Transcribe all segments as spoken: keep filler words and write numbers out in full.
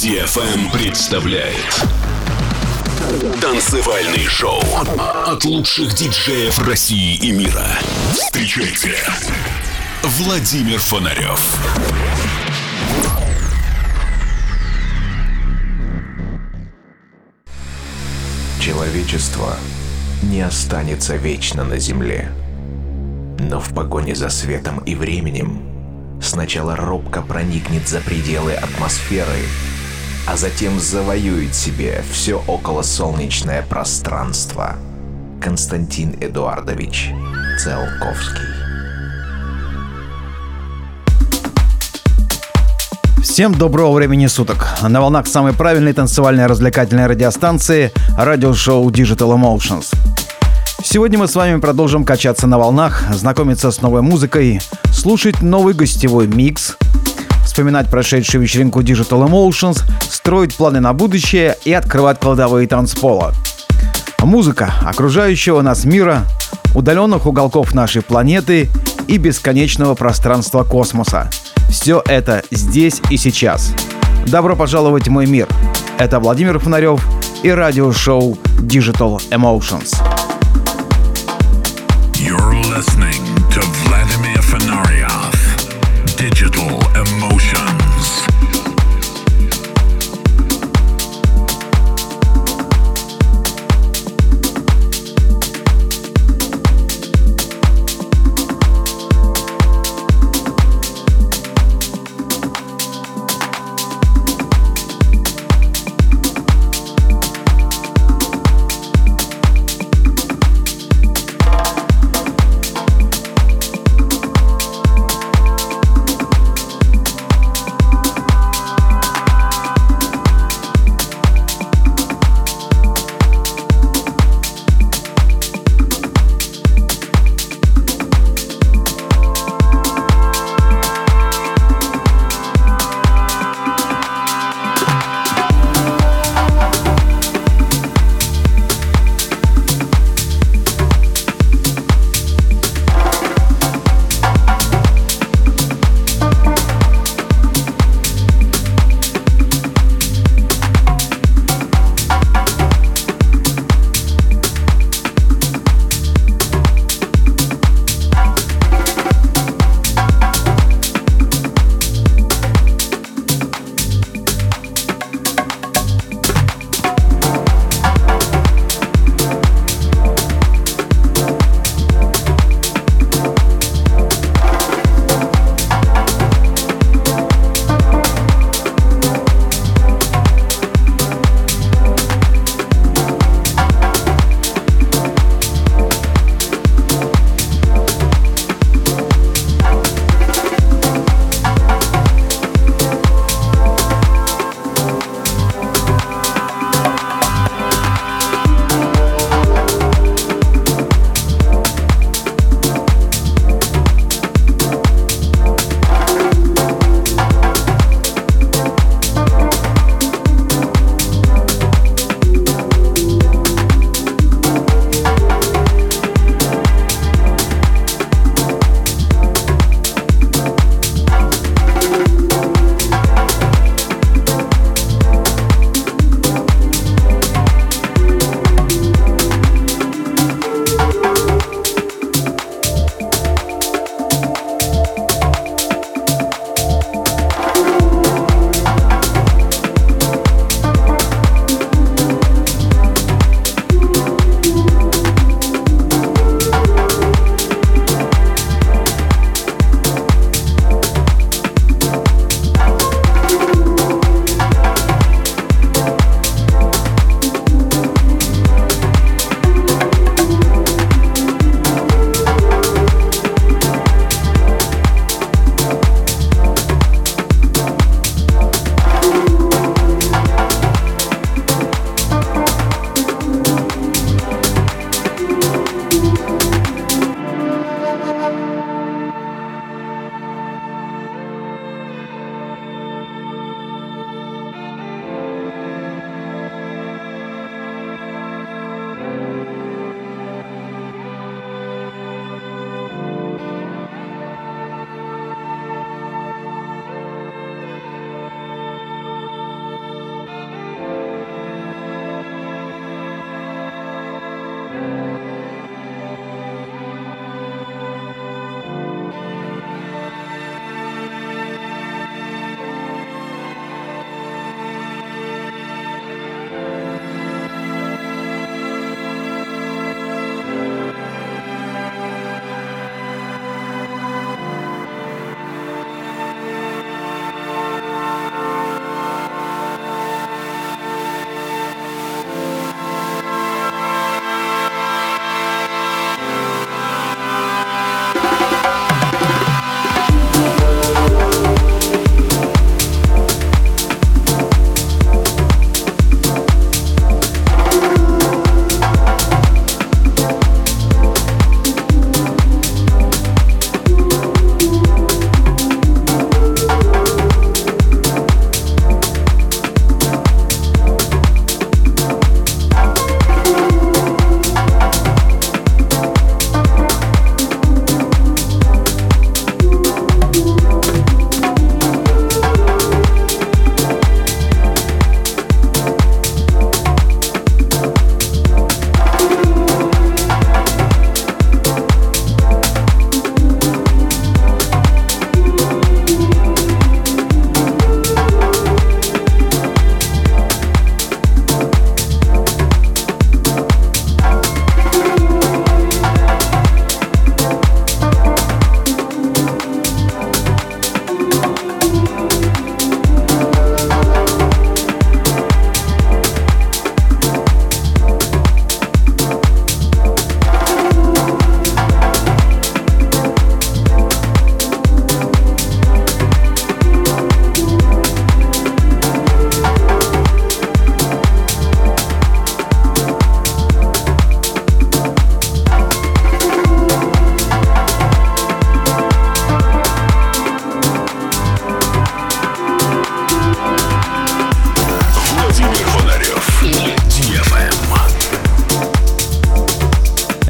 Ди эф эм представляет танцевальный шоу от лучших диджеев России и мира. Встречайте, Владимир Фонарев. Человечество не останется вечно на Земле. Но в погоне за светом и временем сначала робко проникнет за пределы атмосферы, а затем завоюет себе все околосолнечное пространство. Константин Эдуардович Циолковский. Всем доброго времени суток. На волнах самой правильной танцевальной развлекательной радиостанции радиошоу Digital Emotions. Сегодня мы с вами продолжим качаться на волнах, знакомиться с новой музыкой, слушать новый гостевой микс, вспоминать прошедшую вечеринку Digital Emotions, строить планы на будущее и открывать кладовые танцпола. Музыка окружающего нас мира, удаленных уголков нашей планеты и бесконечного пространства космоса. Все это здесь и сейчас. Добро пожаловать в мой мир. Это Владимир Фонарев и радиошоу Digital Emotions. You're listening to Vladimir Fenarioff, Digital Emotions.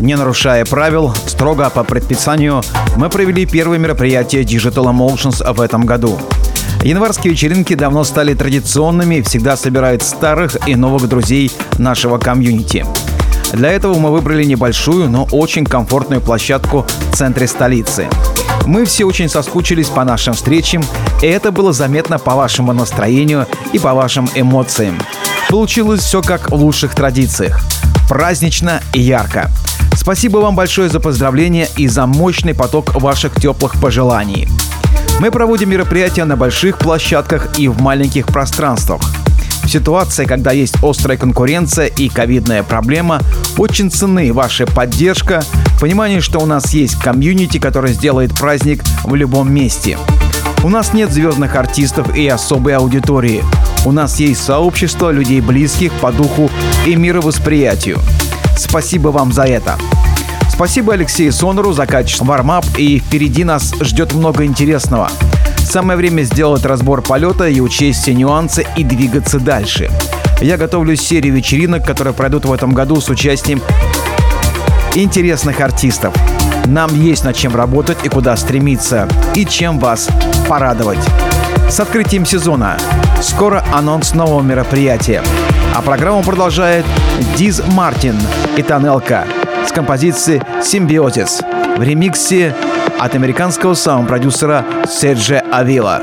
Не нарушая правил, строго по предписанию, мы провели первое мероприятие Digital Emotions в этом году. Январские вечеринки давно стали традиционными и всегда собирают старых и новых друзей нашего комьюнити. Для этого мы выбрали небольшую, но очень комфортную площадку в центре столицы. Мы все очень соскучились по нашим встречам, и это было заметно по вашему настроению и по вашим эмоциям. Получилось все как в лучших традициях. Празднично и ярко. Спасибо вам большое за поздравления и за мощный поток ваших теплых пожеланий. Мы проводим мероприятия на больших площадках и в маленьких пространствах. В ситуации, когда есть острая конкуренция и ковидная проблема, очень ценны ваша поддержка, понимание, что у нас есть комьюнити, который сделает праздник в любом месте. У нас нет звездных артистов и особой аудитории. У нас есть сообщество людей близких по духу и мировосприятию. Спасибо вам за это. Спасибо Алексею Сонору за качественный вармап, и впереди нас ждет много интересного. Самое время сделать разбор полета и учесть все нюансы и двигаться дальше. Я готовлю серию вечеринок, которые пройдут в этом году с участием интересных артистов. Нам есть над чем работать и куда стремиться, и чем вас порадовать. С открытием сезона скоро анонс нового мероприятия. А программу продолжает Диз Мартин и Тонелка с композицией «Симбиотис» в ремиксе от американского саунд-продюсера Серджио Авила.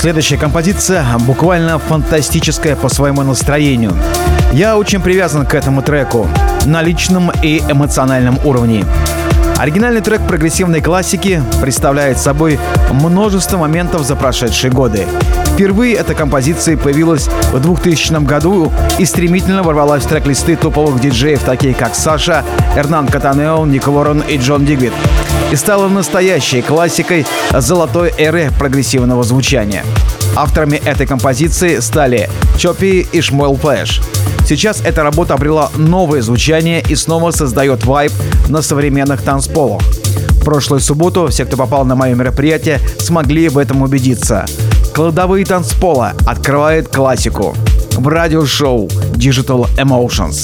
Следующая композиция буквально фантастическая по своему настроению. Я очень привязан к этому треку на личном и эмоциональном уровне. Оригинальный трек прогрессивной классики представляет собой множество моментов за прошедшие годы. Впервые эта композиция появилась в двухтысячном году и стремительно ворвалась в трек-листы топовых диджеев, таких как Саша, Эрнан Катанео, Ник Ворон и Джон Дигвид, и стала настоящей классикой золотой эры прогрессивного звучания. Авторами этой композиции стали Чоппи и Шмуэл Флэш. Сейчас эта работа обрела новое звучание и снова создает вайб на современных танцполах. В прошлую субботу все, кто попал на мое мероприятие, смогли в этом убедиться. Кладовые танцпола открывает классику в радиошоу Digital Emotions.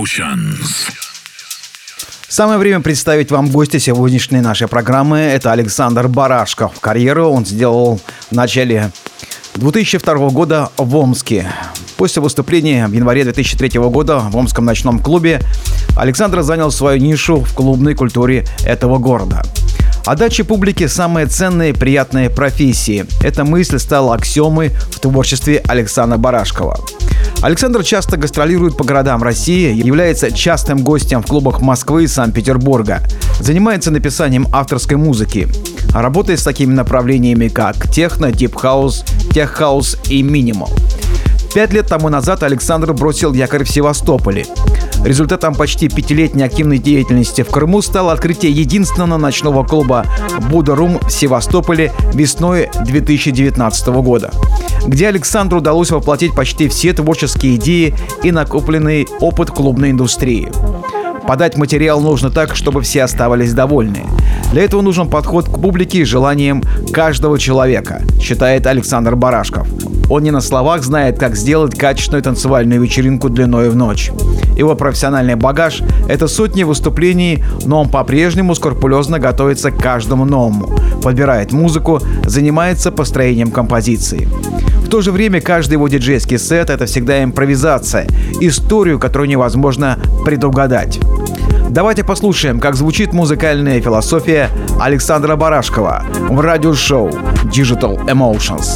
Emotions. Самое время представить вам гостя сегодняшней нашей программы. Это Александр Барашков. Карьеру он сделал в начале две тысячи второго года в Омске. После выступления в январе две тысячи третьего года в Омском ночном клубе Александр занял свою нишу в клубной культуре этого города. Отдача публике – самые ценные и приятные профессии. Эта мысль стала аксиомой в творчестве Александра Барашкова. Александр часто гастролирует по городам России, является частым гостем в клубах Москвы и Санкт-Петербурга, занимается написанием авторской музыки, работает с такими направлениями, как техно, дип-хаус, тех-хаус и минимал. Пять лет тому назад Александр бросил якорь в Севастополе. Результатом почти пятилетней активной деятельности в Крыму стало открытие единственного ночного клуба «Будда Рум» в Севастополе весной две тысячи девятнадцатого года, где Александру удалось воплотить почти все творческие идеи и накопленный опыт клубной индустрии. Подать материал нужно так, чтобы все оставались довольны. Для этого нужен подход к публике и желаниям каждого человека, считает Александр Барашков. Он не на словах знает, как сделать качественную танцевальную вечеринку длиной в ночь. Его профессиональный багаж – это сотни выступлений, но он по-прежнему скрупулезно готовится к каждому новому, подбирает музыку, занимается построением композиции. В то же время каждый его диджейский сет – это всегда импровизация, историю, которую невозможно предугадать. Давайте послушаем, как звучит музыкальная философия Александра Барашкова в радиошоу Digital Emotions.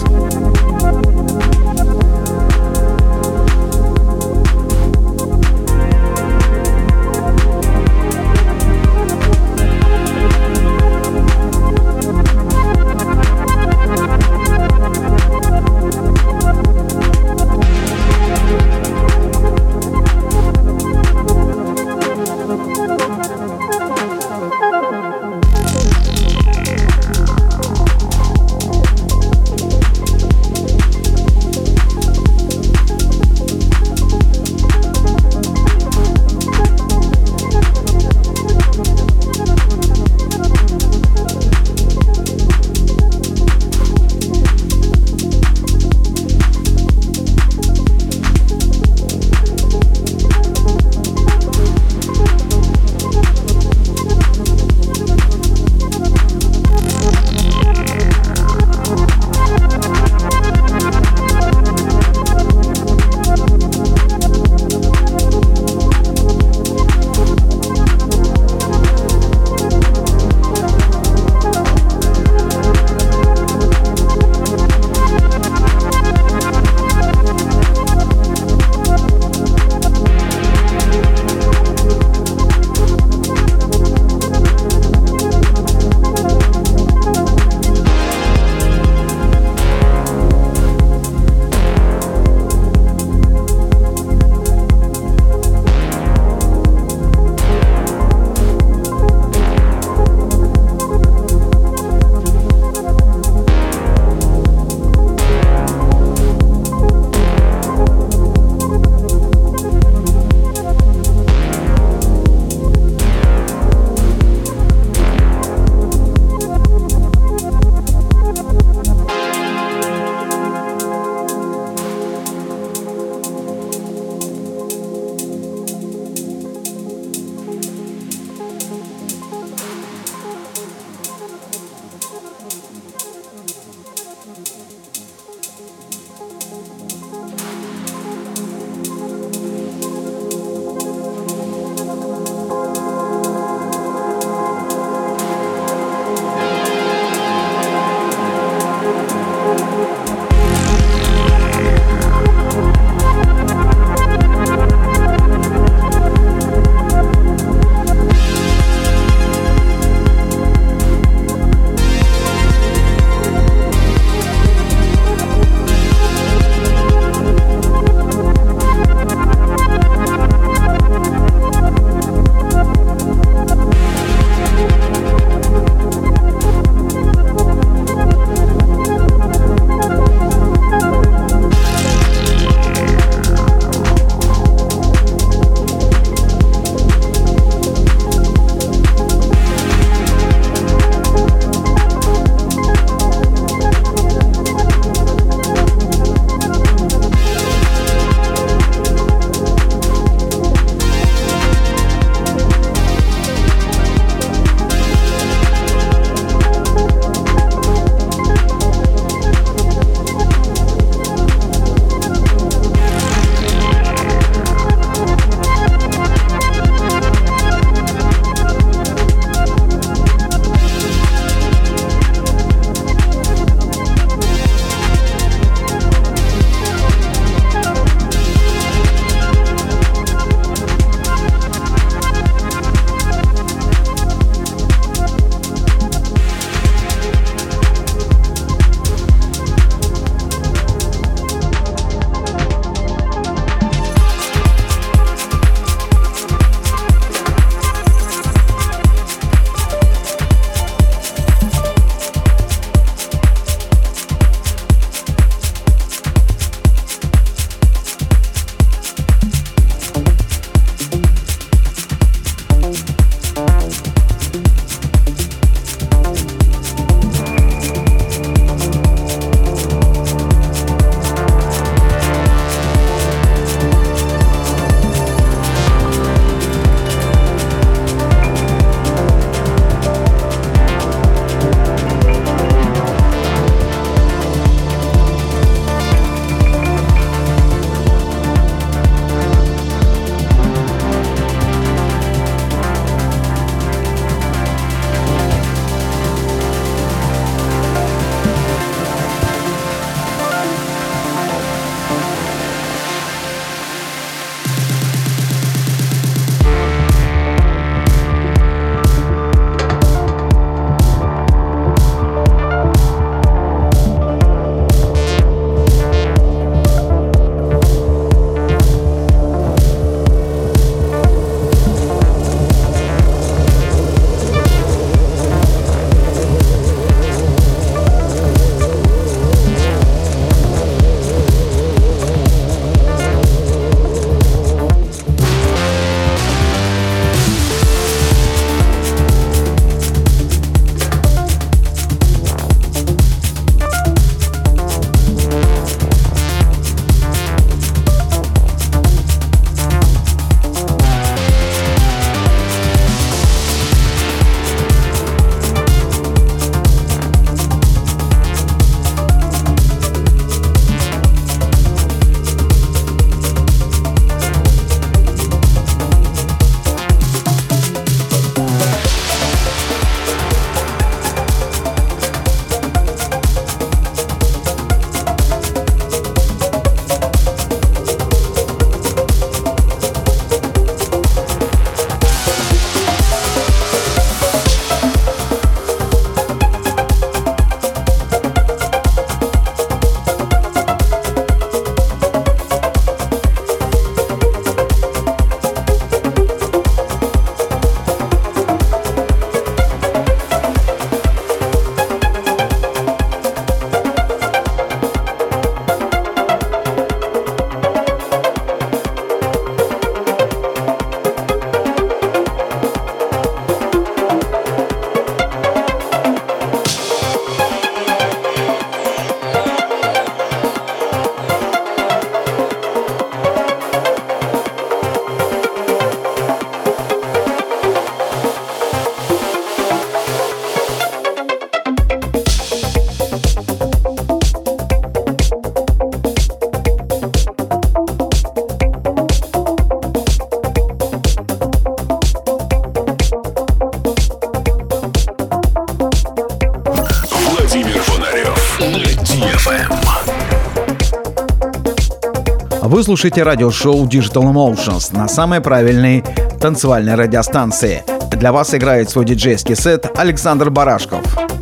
Вы слушаете радиошоу Digital Emotions на самой правильной танцевальной радиостанции. Для вас играет свой диджейский сет Александр Барашков.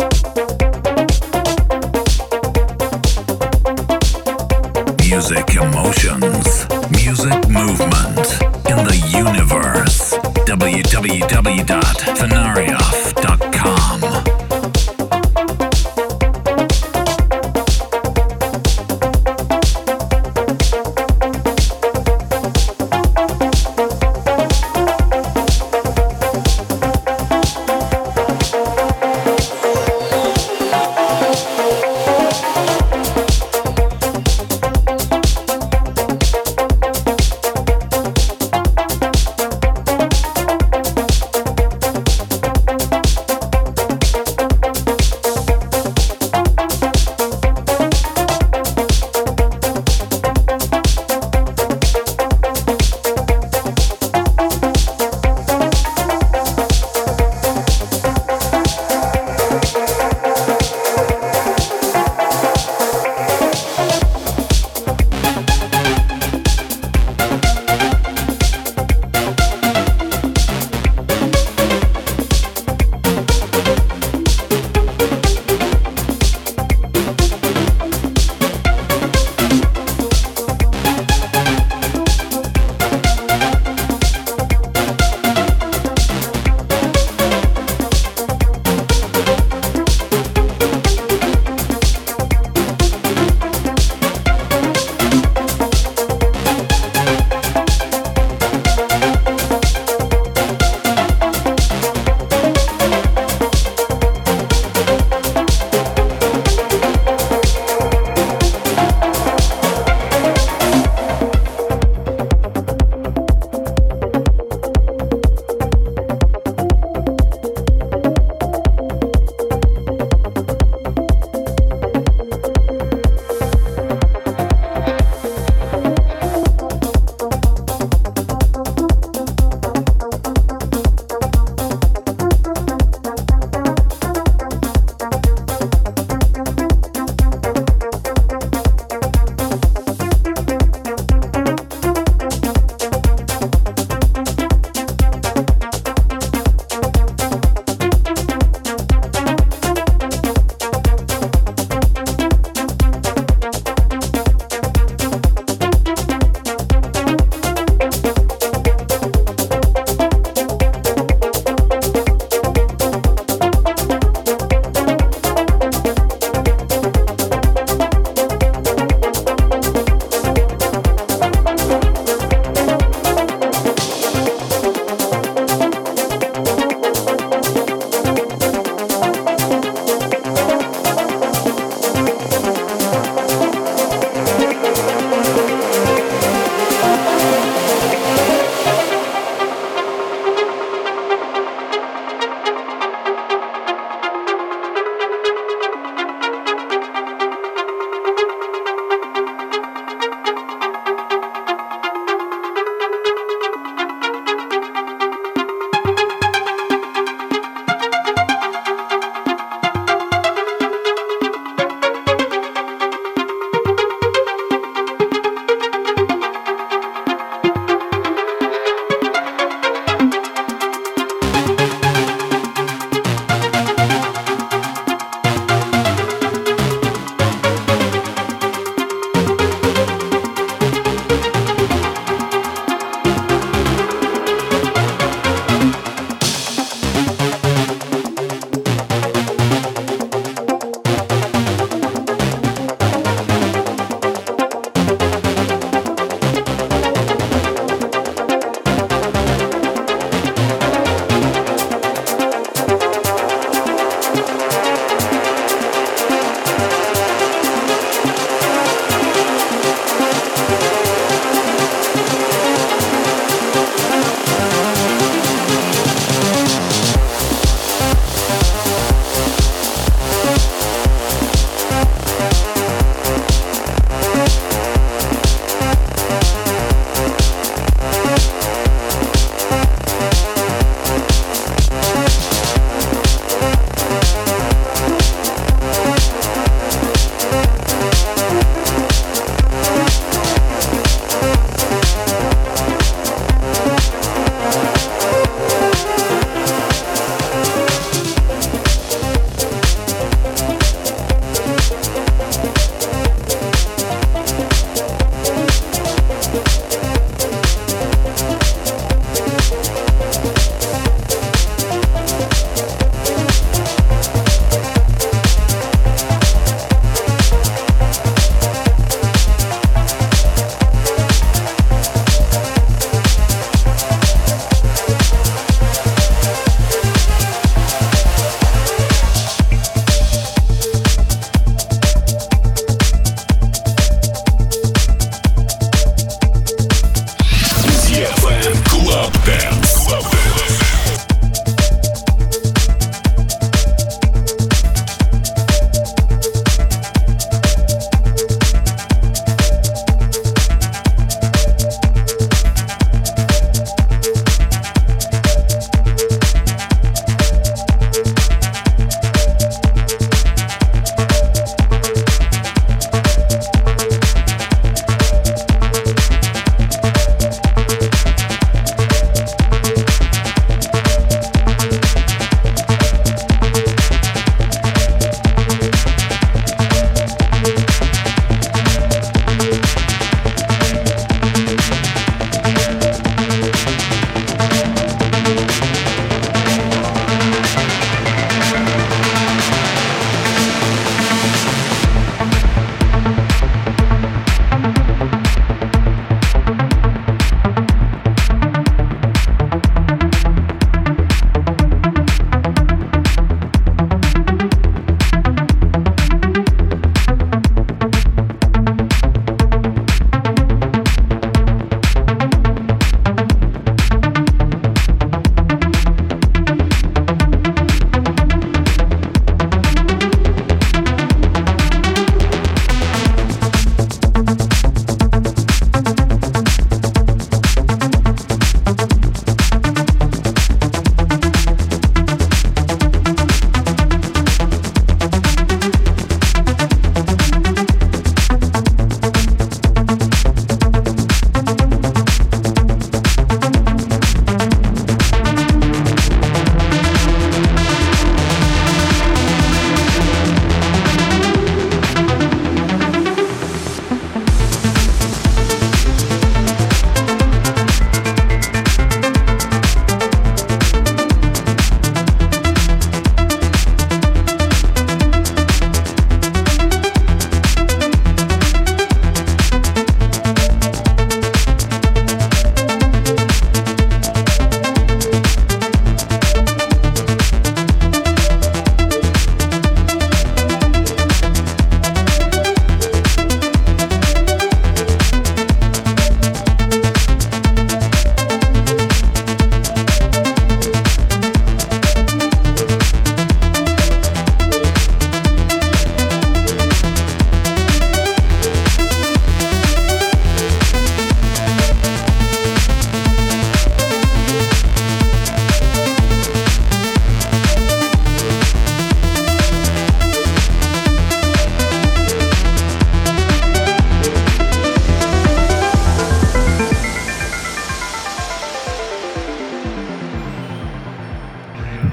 Music emotions, music movement in the universe. w w w dot fenarioff dot com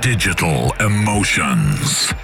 Digital Emotions.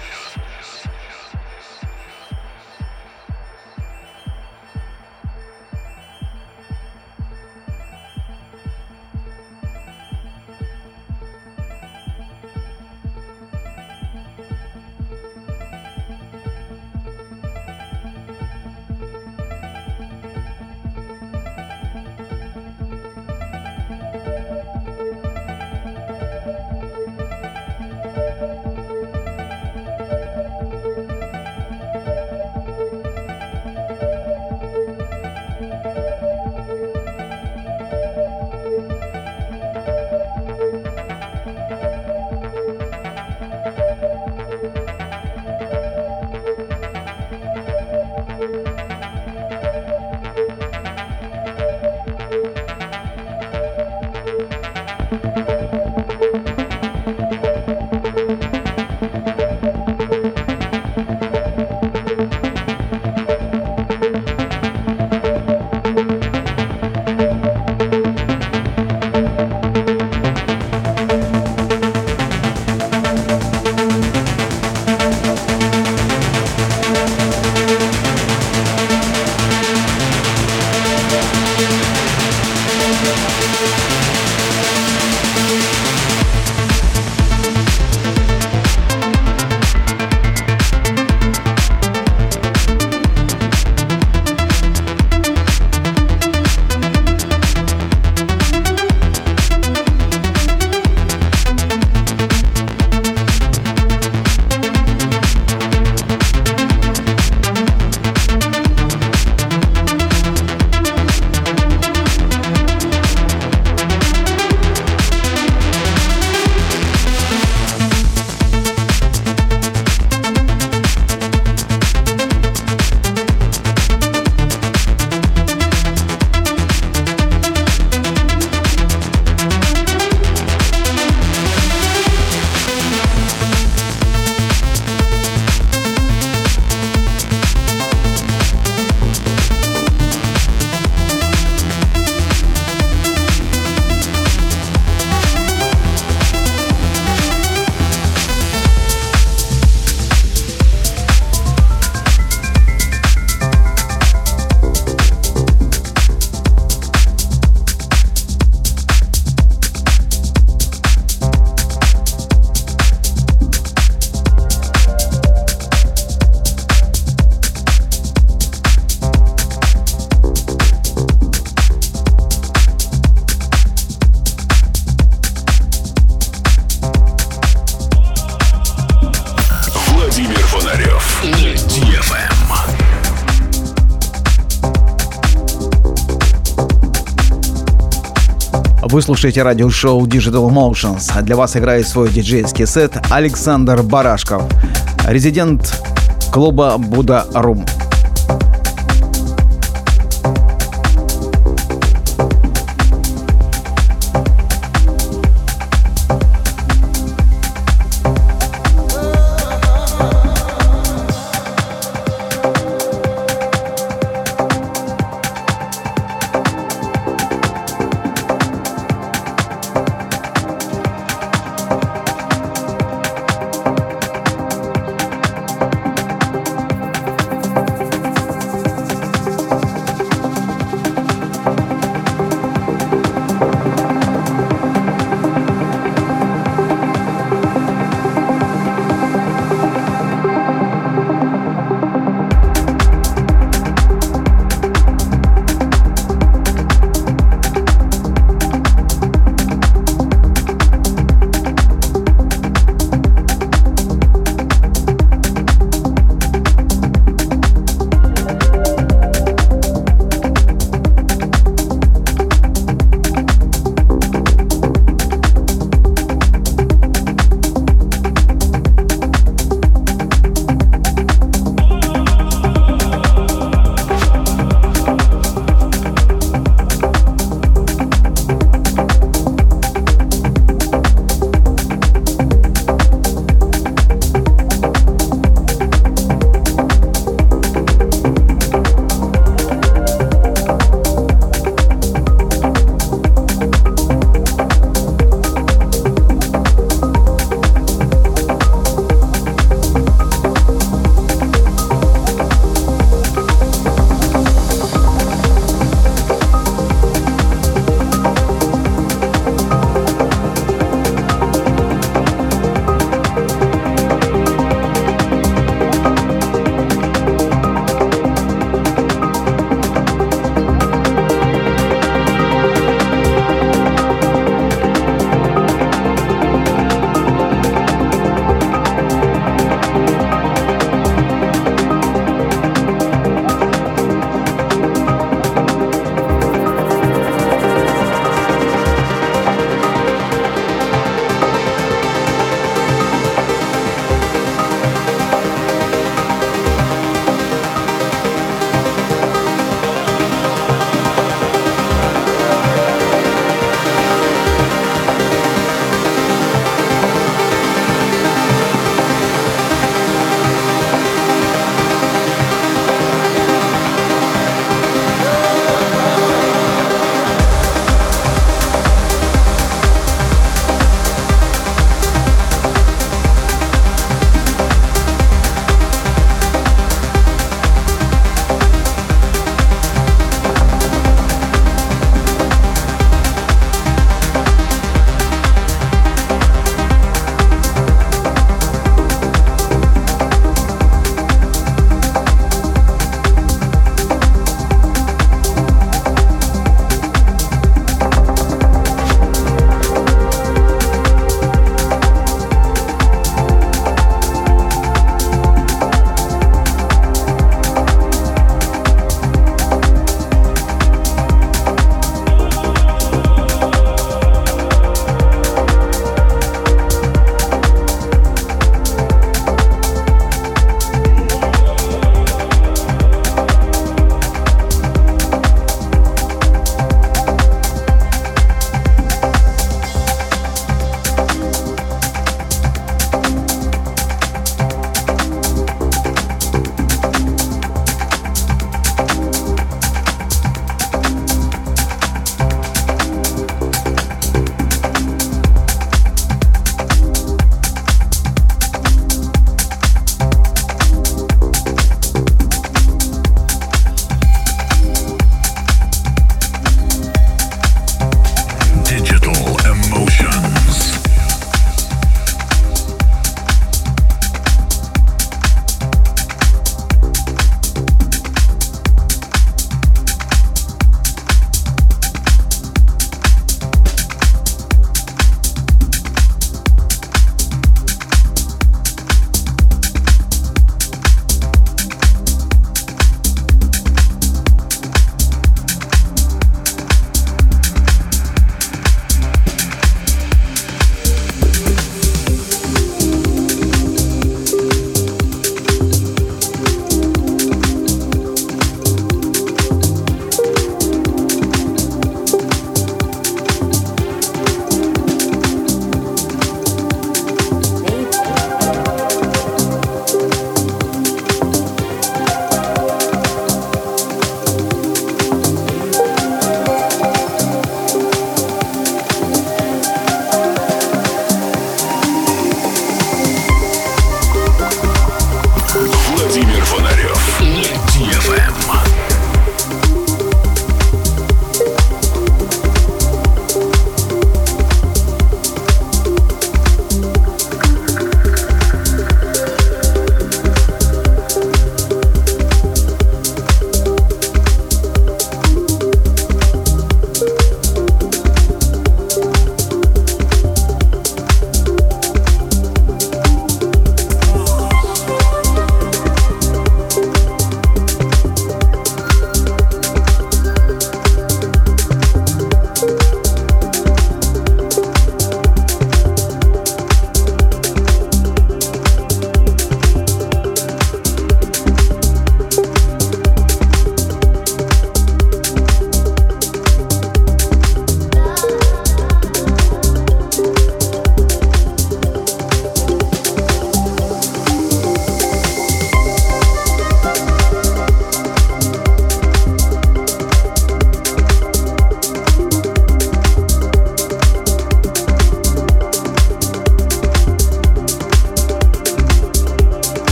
Вы слушаете радиошоу Digital Emotions. Для вас играет свой диджейский сет Александр Барашков, резидент клуба Buddha Room.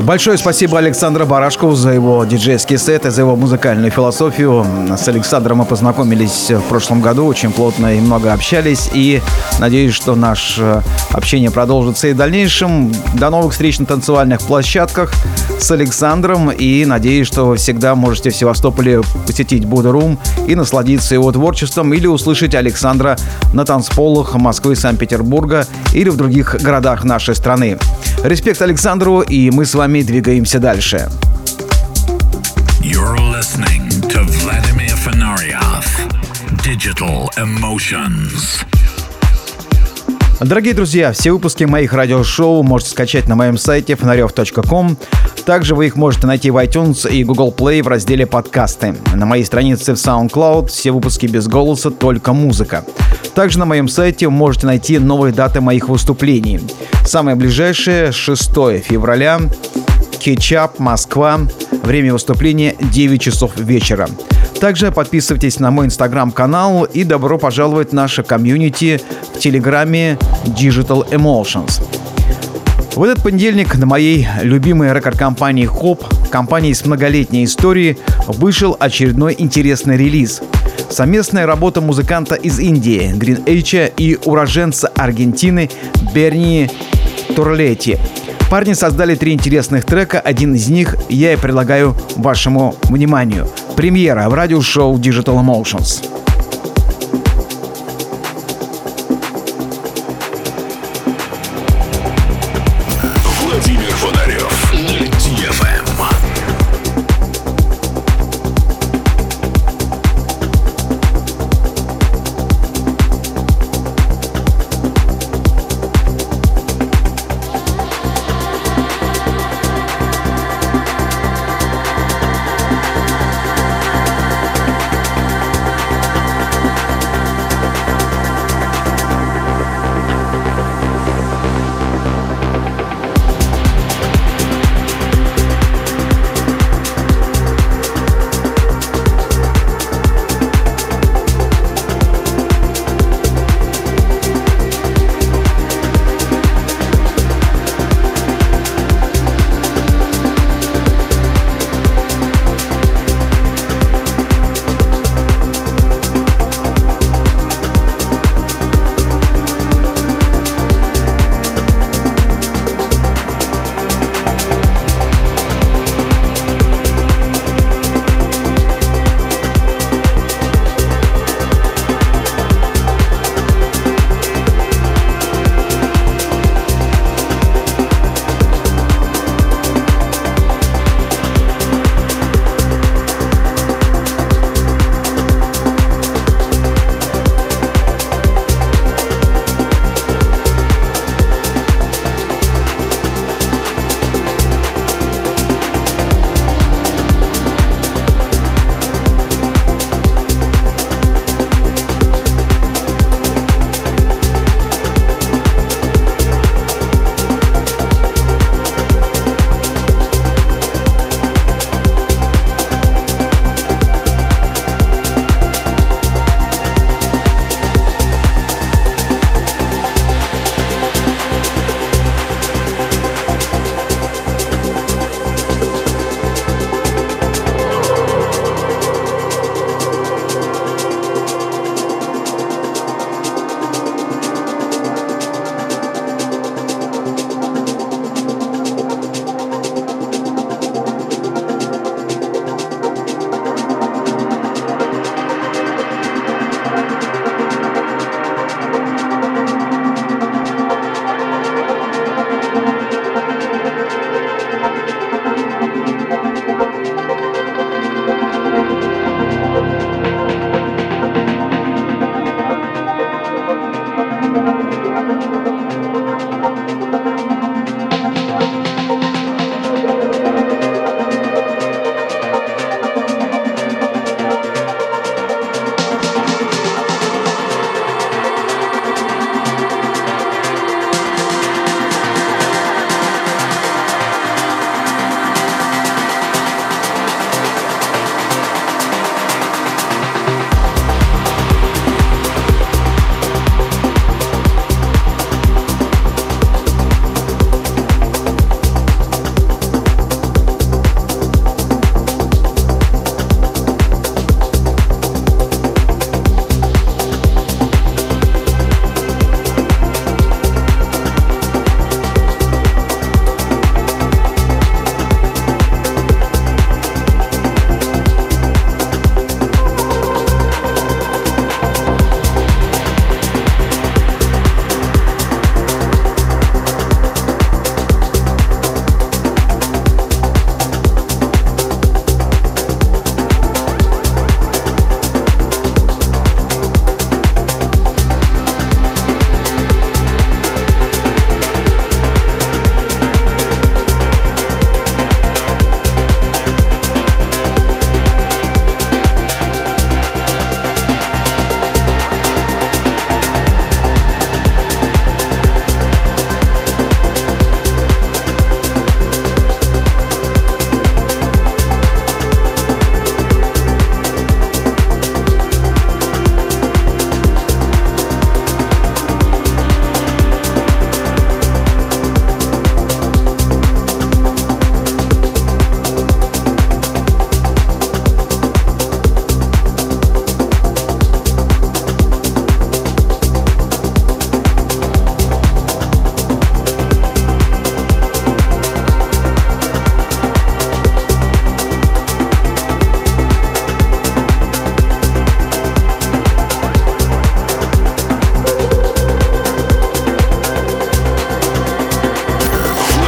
Большое спасибо Александру Барашкову за его диджейский сет и за его музыкальную философию. С Александром мы познакомились в прошлом году, очень плотно и много общались. И надеюсь, что наше общение продолжится и в дальнейшем. До новых встреч на танцевальных площадках с Александром. И надеюсь, что вы всегда можете в Севастополе посетить Buddha Room и насладиться его творчеством или услышать Александра на танцполах Москвы, Санкт-Петербурга или в других городах нашей страны. Респект Александру, и мы с вами двигаемся дальше. You're listening to Vladimir Fenarioff, Digital Emotions. Дорогие друзья, все выпуски моих радиошоу можете скачать на моем сайте фонарев точка ком. Также вы их можете найти в iTunes и Google Play в разделе «Подкасты». На моей странице в SoundCloud все выпуски без голоса, только музыка. Также на моем сайте вы можете найти новые даты моих выступлений. Самое ближайшее — шестого февраля, Кетчап, Москва. Время выступления девять часов вечера. Также подписывайтесь на мой инстаграм-канал и добро пожаловать в наше комьюнити в телеграме Digital Emotions. В этот понедельник на моей любимой рекорд-компании Hop, компании с многолетней историей, вышел очередной интересный релиз. Совместная работа музыканта из Индии Green H и уроженца Аргентины Берни Торлетти. Парни создали три интересных трека, один из них я и предлагаю вашему вниманию. Премьера в радиошоу Digital Emotions. Владимир Фонарев на ди эф эм.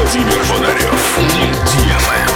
Владимир Фонарев. Не делаем.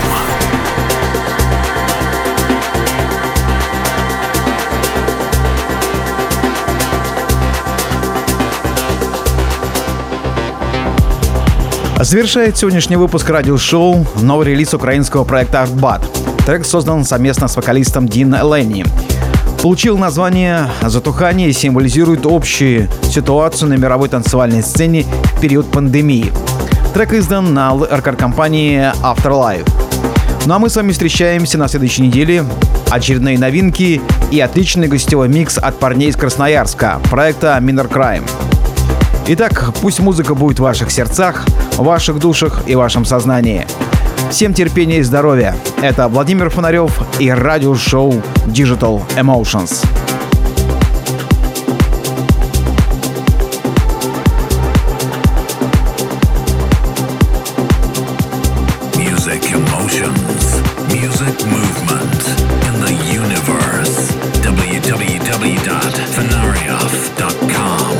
Завершает сегодняшний выпуск радиошоу новый релиз украинского проекта Artbat. Трек создан совместно с вокалистом Дин Ленни. Получил название «Затухание» и символизирует общую ситуацию на мировой танцевальной сцене в период пандемии. Трек издан на рекорд-компании Afterlife. Ну а мы с вами встречаемся на следующей неделе. Очередные новинки и отличный гостевой микс от парней из Красноярска, проекта Minor Crime. Итак, пусть музыка будет в ваших сердцах, в ваших душах и вашем сознании. Всем терпения и здоровья. Это Владимир Фонарев и радиошоу Digital Emotions. Music emotions, music movement in the universe. w w w dot fenarioff dot com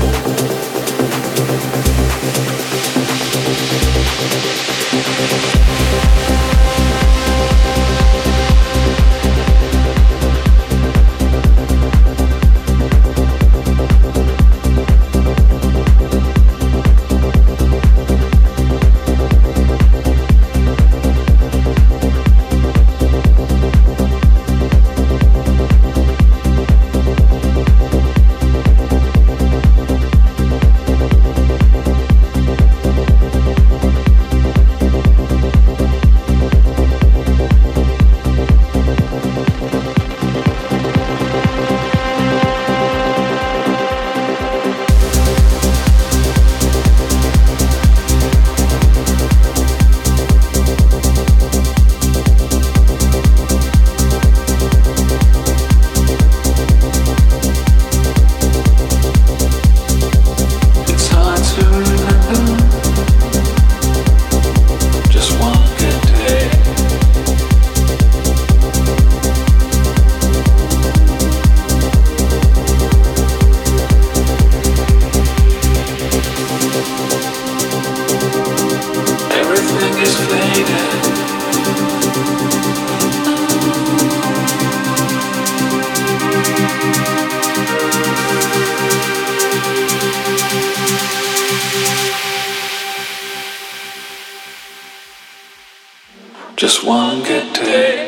Just one good day.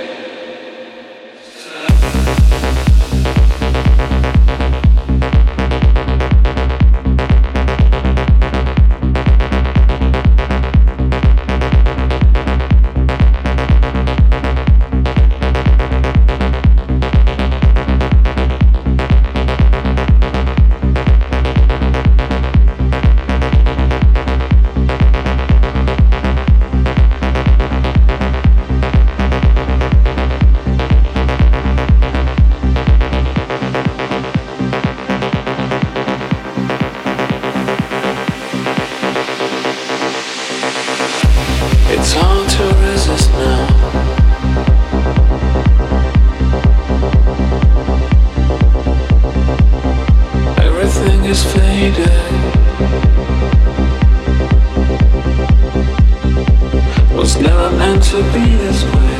It's hard to resist now. Everything is faded. Was never meant to be this way.